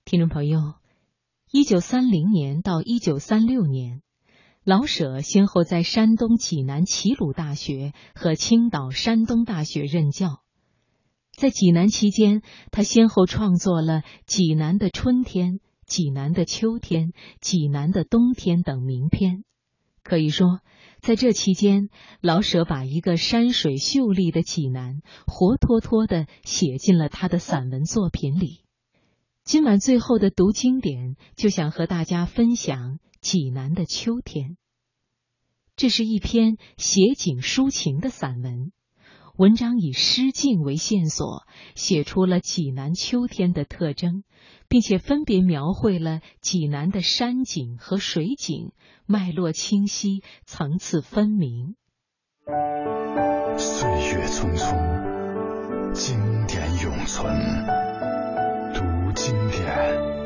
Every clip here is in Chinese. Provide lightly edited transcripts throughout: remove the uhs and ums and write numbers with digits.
听众朋友，1930年到1936年，老舍先后在山东济南齐鲁大学和青岛山东大学任教。在济南期间，他先后创作了《济南的春天》《济南的秋天》《济南的冬天》等名篇。可以说，在这期间，老舍把一个山水秀丽的济南活脱脱地写进了他的散文作品里。今晚最后的读经典，就想和大家分享《济南的秋天》。这是一篇写景抒情的散文，文章以诗境为线索，写出了济南秋天的特征，并且分别描绘了济南的山景和水景，脉络清晰，层次分明。 岁月匆匆，经典永存，读经典。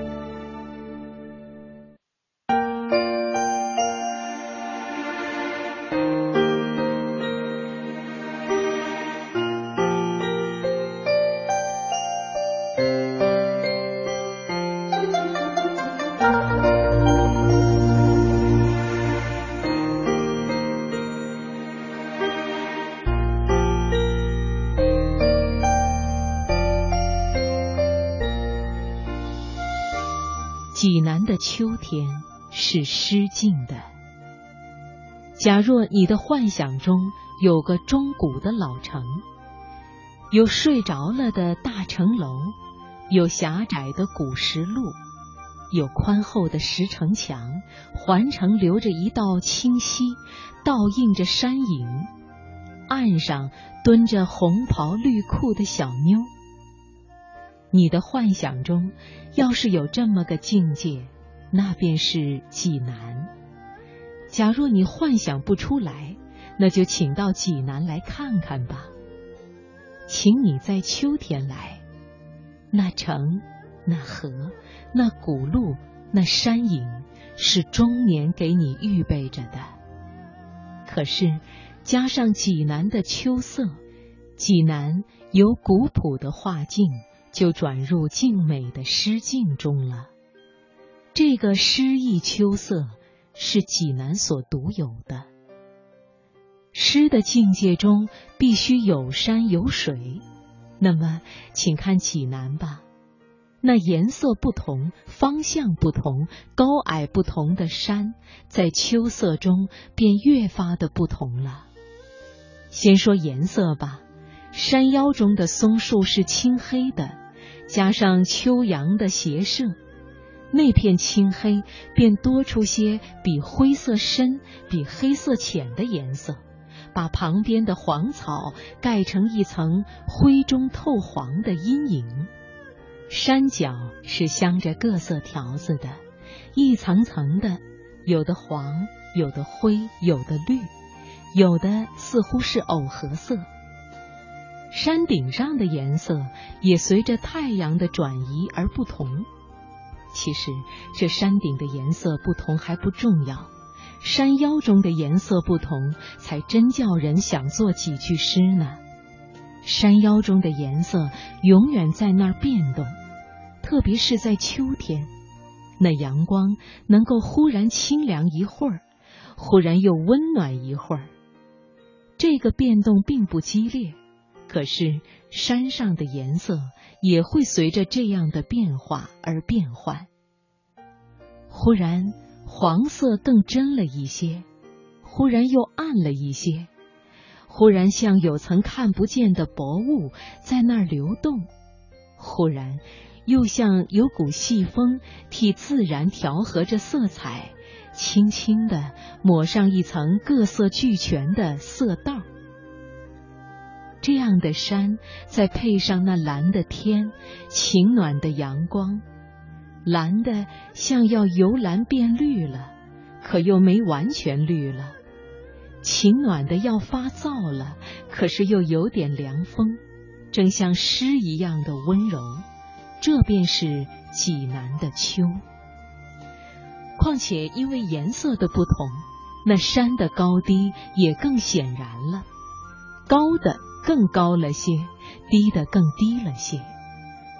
济南的秋天是诗境的。假若你的幻想中有个钟鼓的老城，有睡着了的大城楼，有狭窄的古石路，有宽厚的石城墙，环城留着一道清溪，倒映着山影，岸上蹲着红袍绿裤的小妞。你的幻想中要是有这么个境界，那便是济南。假若你幻想不出来，那就请到济南来看看吧。请你在秋天来，那城，那河，那古路，那山影，是终年给你预备着的。可是加上济南的秋色，济南由古朴的画境就转入静美的诗境中了。这个诗意秋色是济南所独有的。诗的境界中必须有山有水，那么请看济南吧。那颜色不同，方向不同，高矮不同的山，在秋色中便越发的不同了。先说颜色吧，山腰中的松树是青黑的，加上秋阳的斜射，那片青黑便多出些比灰色深、比黑色浅的颜色，把旁边的黄草盖成一层灰中透黄的阴影。山脚是镶着各色条子的，一层层的，有的黄，有的灰，有的绿，有的似乎是藕荷色。山顶上的颜色也随着太阳的转移而不同。其实这山顶的颜色不同还不重要，山腰中的颜色不同才真叫人想做几句诗呢。山腰中的颜色永远在那儿变动，特别是在秋天，那阳光能够忽然清凉一会儿，忽然又温暖一会儿。这个变动并不激烈，可是山上的颜色也会随着这样的变化而变换。忽然黄色更真了一些，忽然又暗了一些，忽然像有层看不见的薄雾在那儿流动，忽然又像有股细风替自然调和着色彩，轻轻地抹上一层各色俱全的色道。这样的山，再配上那蓝的天，晴暖的阳光，蓝的像要由蓝变绿了，可又没完全绿了，晴暖的要发燥了，可是又有点凉风，正像诗一样的温柔。这便是济南的秋。况且因为颜色的不同，那山的高低也更显然了，高的更高了些，低的更低了些。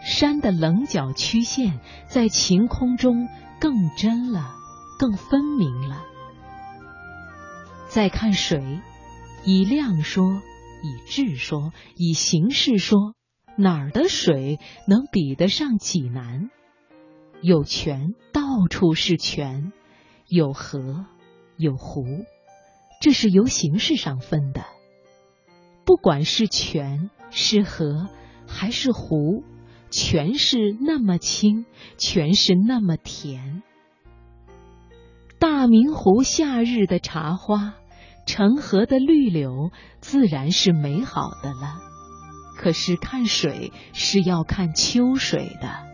山的棱角曲线在晴空中更真了，更分明了。再看水，以量说，以质说，以形式说，哪儿的水能比得上济南？有泉，到处是泉，有河，有湖，这是由形式上分的。不管是泉，是河，还是湖，全是那么清，全是那么甜。大明湖夏日的茶花，澄河的绿柳，自然是美好的了。可是看水是要看秋水的。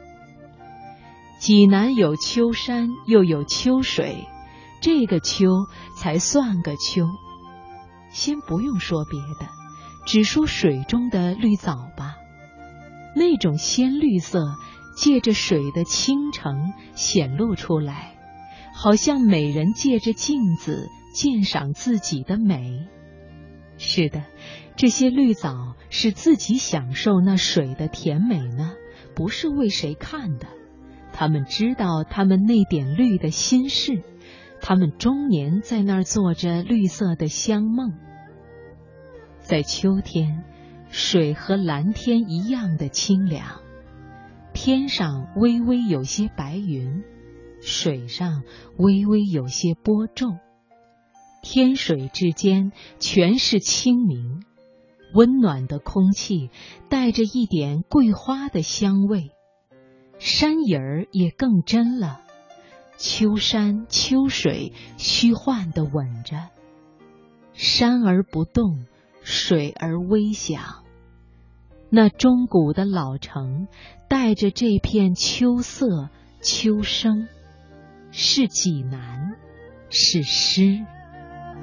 济南有秋山，又有秋水，这个秋才算个秋。先不用说别的，只说水中的绿藻吧。那种鲜绿色借着水的清澄显露出来，好像美人借着镜子鉴赏自己的美。是的，这些绿藻是自己享受那水的甜美呢，不是为谁看的。他们知道他们那点绿的心事，他们终年在那儿做着绿色的香梦。在秋天，水和蓝天一样的清凉，天上微微有些白云，水上微微有些波皱，天水之间全是清明，温暖的空气带着一点桂花的香味，山影儿也更真了，秋山秋水虚幻地吻着，山而不动，水而微响。那钟鼓的老城带着这片秋色秋声，是济南，是诗。